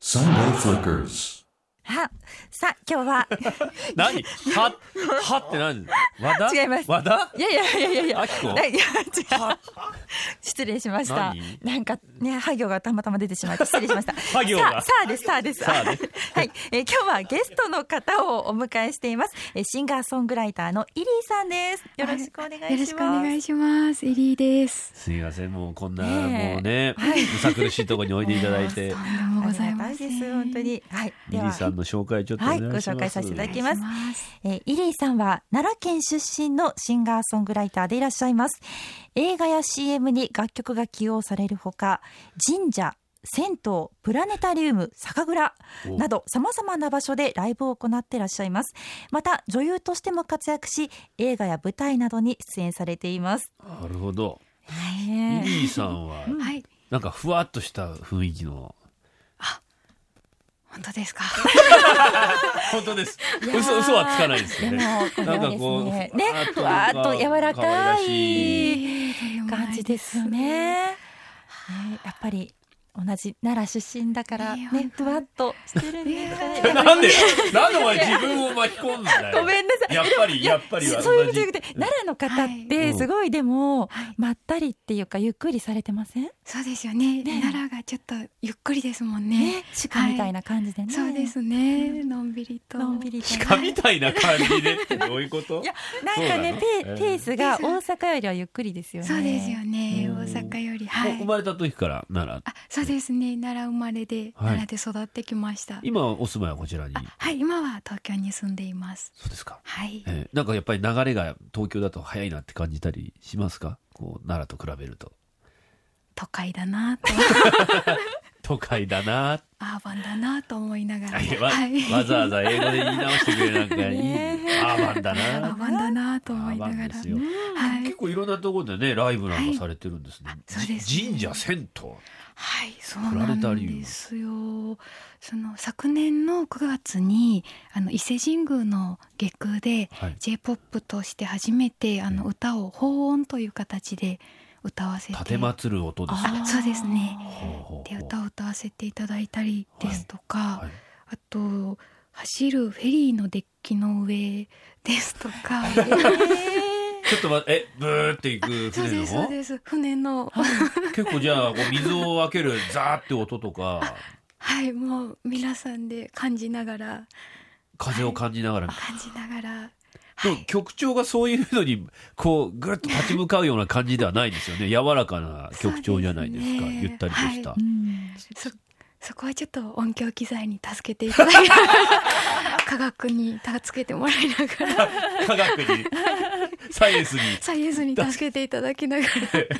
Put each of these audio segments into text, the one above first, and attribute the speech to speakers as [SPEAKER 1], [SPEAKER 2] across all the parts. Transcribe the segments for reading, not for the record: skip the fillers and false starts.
[SPEAKER 1] Sunday Flickers。
[SPEAKER 2] さあ今日は
[SPEAKER 3] 何はって何和田
[SPEAKER 2] 違います。
[SPEAKER 3] 和田
[SPEAKER 2] いや
[SPEAKER 3] あきこ
[SPEAKER 2] いや違う失礼しました。なんかねハ行がたまたま出てしまって失礼しました。
[SPEAKER 3] ハ行が
[SPEAKER 2] さあですはい、今日はゲストの方をお迎えしています。シンガーソングライターのイリーさんです。よろしくお願いします。
[SPEAKER 4] よろしくお願いします。イリーです。
[SPEAKER 3] すみません、もうこんなもうね、むさ苦しいところにおいでいただいて
[SPEAKER 4] とんでもございません。
[SPEAKER 2] ありがたいです本当に。はい、
[SPEAKER 3] イリーさんの紹介ちょっとお願いします。
[SPEAKER 2] ご紹介させていただきます。イリーさんは奈良県出身のシンガーソングライターでいらっしゃいます。映画や CM に楽曲が起用されるほか、神社、銭湯、プラネタリウム、酒蔵など様々な場所でライブを行っていらっしゃいます。また女優としても活躍し、映画や舞台などに出演されています。
[SPEAKER 3] なるほど。イリーさんはなんかふわっとした雰囲気の。
[SPEAKER 4] 本当ですか。
[SPEAKER 3] 本当です。嘘はつかないですよね。なんかこうね、
[SPEAKER 2] ふわっと柔らかい感じですよね。やっぱり同じ奈良出身だからね、ふわっとしてるんですね。
[SPEAKER 3] なんでお前自分を巻き込んだよ。
[SPEAKER 2] ごめんなさい。
[SPEAKER 3] やっぱり
[SPEAKER 2] そういうことで奈良の方ってすごいでもまったりっていうかゆっくりされてません？
[SPEAKER 4] そうですよね。奈良がちょっとゆっくりですもんね。
[SPEAKER 2] 鹿みたいな感じでね。
[SPEAKER 4] そうですね。のんびりと。
[SPEAKER 3] 鹿みたいな感じでってどういうこと？
[SPEAKER 2] いやなんかねペースが大阪よりはゆっくりですよね。
[SPEAKER 4] そうですよね。大阪より
[SPEAKER 3] 生まれた時から奈良。
[SPEAKER 4] そうですね。奈良生まれで奈良で育ってきました。
[SPEAKER 3] 今お住まいはこちらに。
[SPEAKER 4] はい、今は東京に住んでいます。
[SPEAKER 3] そうですか。
[SPEAKER 4] はい。
[SPEAKER 3] なんかやっぱり流れが東京だと早いなって感じたりしますか？こう奈良と比べると。
[SPEAKER 4] 都会だなと。
[SPEAKER 3] 都会だな。
[SPEAKER 4] アーバンだなと思いながら。
[SPEAKER 3] わざわざ英語で言い直してくれなんかいい。アーバンだな。
[SPEAKER 4] アーバンだなと思いながら。
[SPEAKER 3] 結構いろんなところでねライブなんかされてるんですね。
[SPEAKER 4] そうです。
[SPEAKER 3] 神社、銭湯。
[SPEAKER 4] はい、そうなんですよ。その昨年の9月に伊勢神宮の下空で J-POP として初めて歌を法音という形で歌わせて。
[SPEAKER 3] 立てまつる音ですか？
[SPEAKER 4] そうですね。で歌を歌わせていただいたりですとか、あと走るフェリーのデッキの上ですとか。
[SPEAKER 3] ちょっと待って、ブーっていく船の？
[SPEAKER 4] そうです。船の。
[SPEAKER 3] 結構じゃあ水を分けるザーって音とか。
[SPEAKER 4] はい、もう皆さんで感じながら。
[SPEAKER 3] 風を感じながら。
[SPEAKER 4] 感じながら。
[SPEAKER 3] 曲調がそういうのにこうぐっと立ち向かうような感じではないですよね。柔らかな曲調じゃないですか。ゆったりとした。
[SPEAKER 4] そこはちょっと音響機材に助けていただいて科学に助けてもらいながら
[SPEAKER 3] 科学にサイエンスに
[SPEAKER 4] 助けていただきながら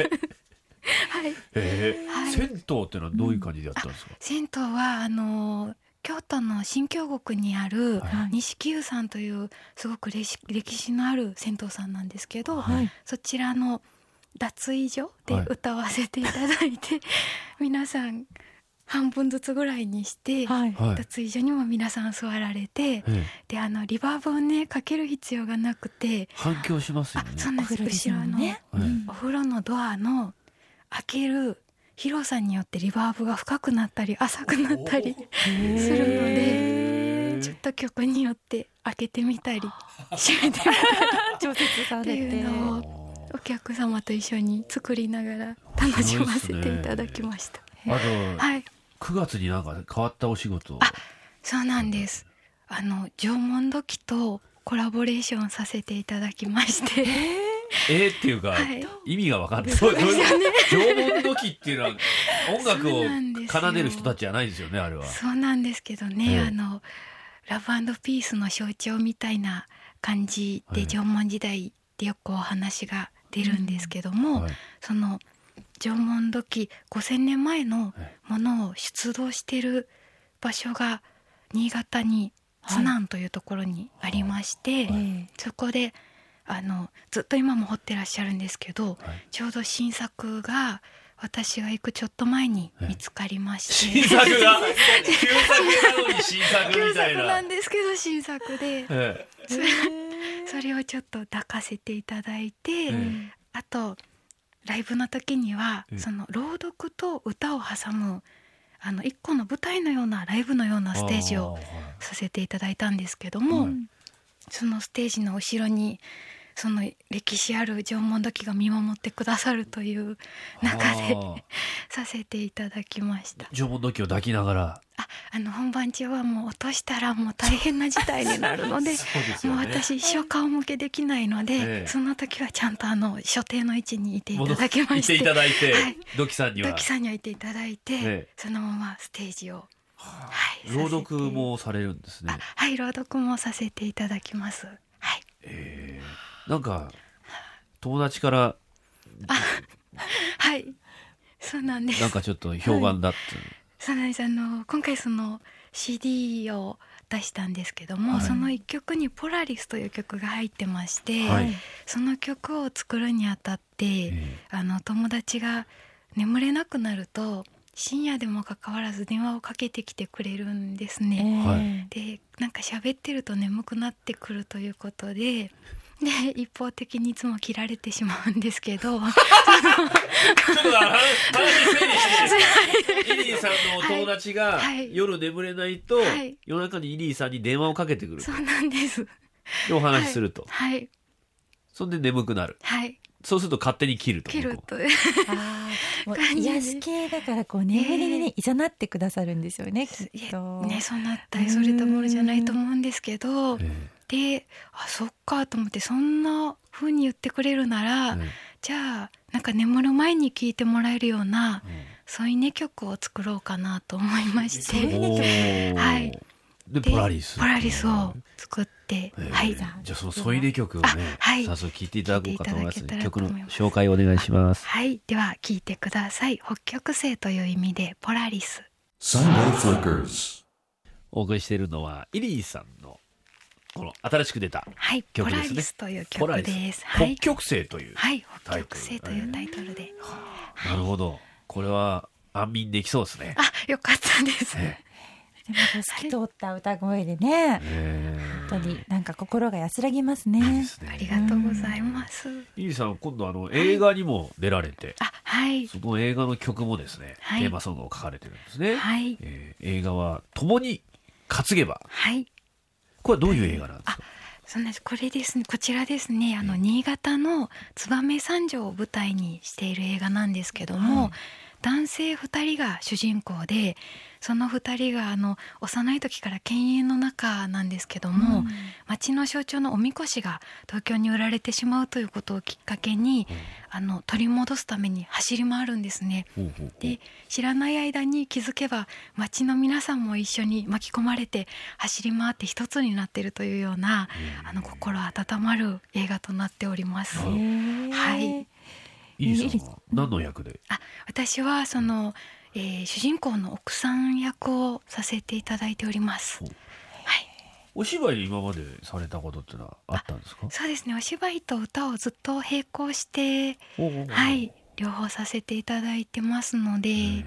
[SPEAKER 3] 銭湯っていうのはどういう感じでやったんですか？
[SPEAKER 4] 銭湯は京都の新京極にある錦湯さんというすごく歴史のある銭湯さんなんですけど、そちらの脱衣所で歌わせていただいて、皆さん半分ずつぐらいにして、脱衣所にも皆さん座られて、でリバーブをねかける必要がなくて
[SPEAKER 3] 反響しますよね。
[SPEAKER 4] そうなんです。後ろのお風呂のドアの開ける広さによってリバーブが深くなったり浅くなったりするので、ちょっと曲によって開けてみたり閉めてみたり
[SPEAKER 2] 調節されて
[SPEAKER 4] っていうのをお客様と一緒に作りながら楽しませていただきました。
[SPEAKER 3] あと、9月になんか変わったお仕事。
[SPEAKER 4] そうなんです。縄文土器とコラボレーションさせていただきまして。
[SPEAKER 3] っていうか、意味が分かんない。そうですよね。縄文土器っていうのは音楽を奏でる人たちじゃないですよね、あれは。
[SPEAKER 4] そうなんですけどね、ラブ&ピースの象徴みたいな感じで、縄文時代でよくお話が出るんですけども、その縄文土器5000年前のものを出土している場所が新潟に津南というところにありまして、そこでずっと今も掘ってらっしゃるんですけど、ちょうど新作が私が行くちょっと前に見つかりまして、
[SPEAKER 3] 新作が旧作なのに新作みたいな。
[SPEAKER 4] 旧作なんですけど新作で、それをちょっと抱かせていただいて、あとライブの時には、その朗読と歌を挟む一個の舞台のようなライブのようなステージをさせていただいたんですけども、そのステージの後ろにその歴史ある縄文土器が見守ってくださるという中でさせていただきました。
[SPEAKER 3] 縄文土器を抱きながら、
[SPEAKER 4] 本番中はもう落としたらもう大変な事態になるのでもう私一生顔向けできないので、その時はちゃんと所定の位置にいていただきまして、
[SPEAKER 3] いていただいて、土器さんに
[SPEAKER 4] はいていただいて、そのままステージを、
[SPEAKER 3] 朗読もされるんですね。
[SPEAKER 4] はい、朗読もさせていただきます。はい。
[SPEAKER 3] なんか友達から
[SPEAKER 4] はい、そうなんです。
[SPEAKER 3] なんかちょっと評判だって、
[SPEAKER 4] そうなんです。今回その CD を出したんですけども、その一曲にポラリスという曲が入ってまして、その曲を作るにあたって、友達が眠れなくなると深夜でもかかわらず電話をかけてきてくれるんですね。で、なんか喋ってると眠くなってくるということで、一方的にいつも切られてしまうんですけどちょっと
[SPEAKER 3] 話整理してイリーさんのお友達が夜眠れないと、夜中にイリーさんに電話をかけてくる。
[SPEAKER 4] そうなんです。
[SPEAKER 3] でお話しすると、そんで眠くなる。そうすると勝手に切ると。
[SPEAKER 2] もう癒し系だからこう眠りにいざなってくださるんですよね、きっと。
[SPEAKER 4] そんな大それたものじゃないと思うんですけど、で、そっかと思って、そんな風に言ってくれるなら、じゃあなんか眠る前に聴いてもらえるような、添い寝曲を作ろうかなと思いまして、
[SPEAKER 3] でポラリス
[SPEAKER 4] を作って、
[SPEAKER 3] じゃあその添い寝曲をね、早速聴いていただこうかと思います。曲の紹介をお願いします。
[SPEAKER 4] では聴いてください。北極星という意味でポラリス。
[SPEAKER 3] お送りしているのはイリーさんのこの新しく出た曲ですね。
[SPEAKER 4] ポラリスという曲です。
[SPEAKER 3] 北極星という
[SPEAKER 4] 北極星というタイトルで。
[SPEAKER 3] なるほど。これは安眠できそうですね。
[SPEAKER 4] よかったです。
[SPEAKER 2] でも透き通った歌声でね、本当になんか心が安らぎますね。
[SPEAKER 4] ありがとうございます。
[SPEAKER 3] イリーさん、今度映画にも出られて、その映画の曲もですね、テーマソングを書かれてるんですね。映画は共に担げば。これはどういう映画なんですか？
[SPEAKER 4] そうなんです。これですね、こちらですね、新潟の燕三条を舞台にしている映画なんですけども、男性2人が主人公で、その2人が幼い時から犬猿の仲なんですけども、町の象徴のおみこしが東京に売られてしまうということをきっかけに、取り戻すために走り回るんですね。で、知らない間に気づけば町の皆さんも一緒に巻き込まれて走り回って一つになっているというような心温まる映画となっております。
[SPEAKER 3] イリーさんは何の役で？
[SPEAKER 4] 私はその、主人公の奥さん役をさせていただいております。
[SPEAKER 3] お芝居今までされたことってのはあったんですか？
[SPEAKER 4] そうですね、お芝居と歌をずっと並行して両方させていただいてますので。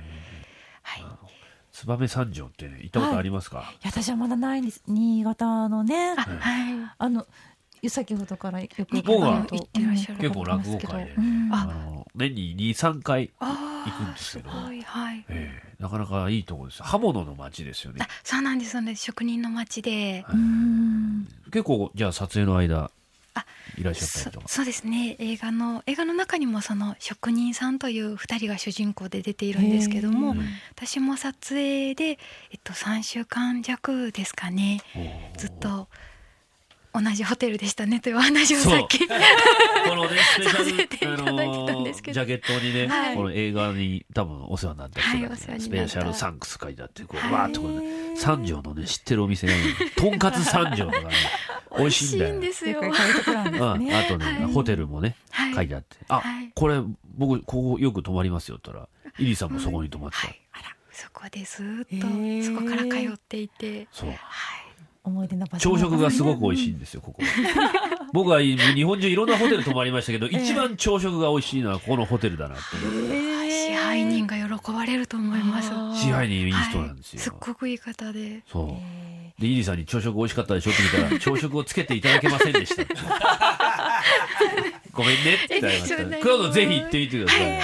[SPEAKER 3] 燕三条って行ったことありますか？
[SPEAKER 2] 私はまだないんです。新潟のね、先ほどからよく
[SPEAKER 3] 僕は結構落語会で年に 2,3 回行くんですけど、なかなかいいところです。刃物の町ですよね。
[SPEAKER 4] そうなんです、職人の町で、
[SPEAKER 3] 結構じゃあ撮影の間いらっしゃったりとか。
[SPEAKER 4] そうですね、映画の中にもその職人さんという2人が主人公で出ているんですけども、私も撮影で、3週間弱ですかね、ずっと同じホテルでしたねというお話をさっきこ
[SPEAKER 3] のねスペシャルジャケットにね、この映画に多分お世話になった人がスペシャルサンクス書いてあって、こうわーっと三条のね知ってるお店がとんかつ三条とかね美味しいんだよ。あとねホテルもね書いてあって、これ僕ここよく泊まりますよって言ったら、イリーさんもそこに泊まってた。
[SPEAKER 4] そこでずっとそこから通っていて、
[SPEAKER 2] 思い出の場所。
[SPEAKER 3] 朝食がすごく美味しいんですよ、ここ。僕は日本中いろんなホテル泊まりましたけど、一番朝食が美味しいのはここのホテルだなって。
[SPEAKER 4] 支配人が喜ばれると思います。
[SPEAKER 3] 支配人いい人なんですよ。
[SPEAKER 4] すっごくいい方で。
[SPEAKER 3] で、イリーさんに朝食美味しかったでしょって聞いたら、朝食をつけていただけませんでした。ごめんねって言われました。今度ぜひ行ってみてください。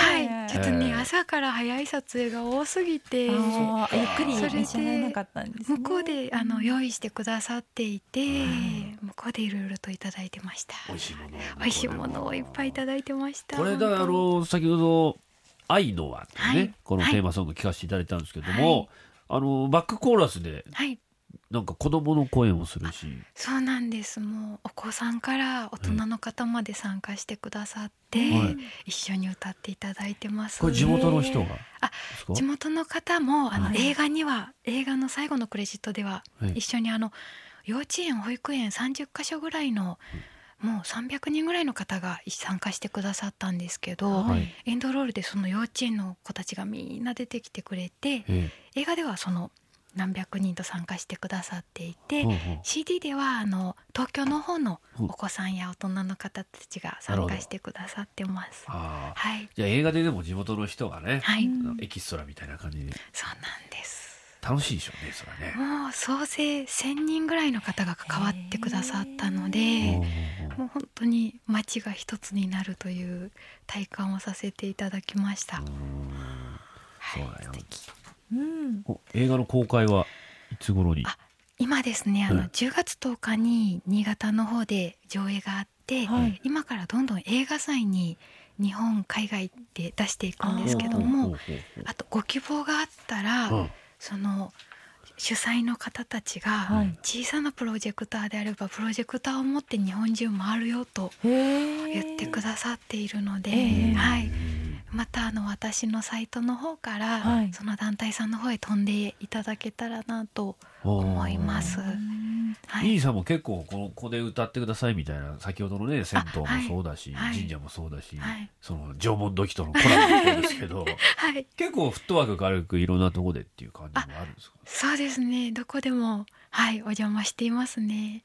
[SPEAKER 4] ちょっとね、朝から早い撮影が多すぎて、ゆっ
[SPEAKER 2] くり召し上がれなかったんですね。
[SPEAKER 4] 向こうで用意してくださっていて、向こうでいろいろといただいてました。
[SPEAKER 3] 美味しいもの
[SPEAKER 4] をいっぱいいただいてました。
[SPEAKER 3] これだ先ほど愛の輪ってね、このテーマソング聴かせていただいたんですけども、バックコーラスでなんか子供の声もするし、
[SPEAKER 4] そうなんです。もうお子さんから大人の方まで参加してくださって、一緒に歌っていただいてます。
[SPEAKER 3] これ地元の人が
[SPEAKER 4] 地元の方も映画の最後のクレジットでは、一緒に幼稚園保育園30カ所ぐらいの、もう300人ぐらいの方が参加してくださったんですけど、エンドロールでその幼稚園の子たちがみんな出てきてくれて、映画ではその何百人と参加してくださっていて、CD では東京の方のお子さんや大人の方たちが参加してくださってます。
[SPEAKER 3] じゃあ映画ででも地元の人がね、エキストラみたいな感じで。
[SPEAKER 4] そうなんです。
[SPEAKER 3] 楽しいでしょうね、それね。
[SPEAKER 4] もう総勢1000人ぐらいの方が関わってくださったので、もう本当に街が一つになるという体感をさせていただきました。
[SPEAKER 3] そうだよ。映画の公開はいつ頃に？
[SPEAKER 4] 今ですね、10月10日に新潟の方で上映があって、今からどんどん映画祭に日本海外で出していくんですけども、あとご希望があったら、その主催の方たちが小さなプロジェクターであればプロジェクターを持って日本中回るよと言ってくださっているので、また私のサイトの方から、その団体さんの方へ飛んでいただけたらなと思います。
[SPEAKER 3] イーさんも結構ここで歌ってくださいみたいな、先ほどのね銭湯もそうだし、神社もそうだし、その縄文土器とのコラボもそうですけど、結構フットワーク軽くいろんなとこでっていう感じもあるんですか？
[SPEAKER 4] そうですね、どこでもお邪魔していますね。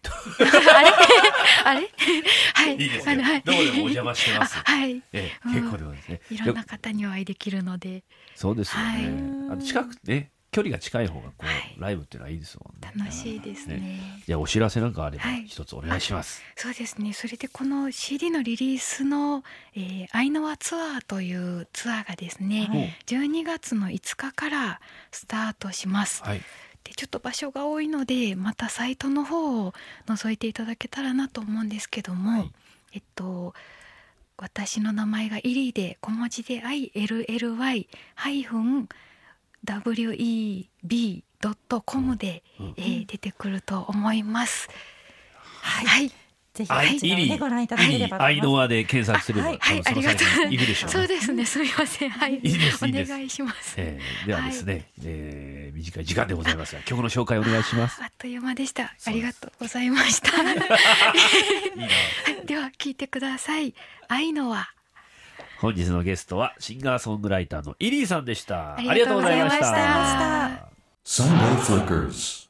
[SPEAKER 4] あれ
[SPEAKER 3] いいですよ、どこでもお邪魔してます。結構でもですね、
[SPEAKER 4] いろんな方にお会いできるので。
[SPEAKER 3] そうですよね、近くね、距離が近い方がライブっていうのはいいですもんね。
[SPEAKER 4] 楽しいですね。
[SPEAKER 3] じゃあお知らせなんかあれば一つお願いします。
[SPEAKER 4] そうですね、それでこの CD のリリースの愛の輪ツアーというツアーがですね、12月の5日からスタートします。でちょっと場所が多いので、またサイトの方を覗いていただけたらなと思うんですけども、私の名前がイリーで小文字で ILLY-web.com で、出てくると思います。
[SPEAKER 2] ぜひこちらをご覧いただければと思います。
[SPEAKER 3] 愛の輪で検索すれば、
[SPEAKER 4] ありがとう。
[SPEAKER 3] いくでしょうね。
[SPEAKER 4] そうですね、すみません。お願いします。
[SPEAKER 3] ではですね、短い時間でございますが、曲の紹介お願いします。
[SPEAKER 4] あっという間でした。ありがとうございました。では聞いてください。愛の輪。
[SPEAKER 3] 本日のゲストはシンガーソングライターのイリーさんでした。
[SPEAKER 4] ありがとうございました。
[SPEAKER 1] Sunday Flickers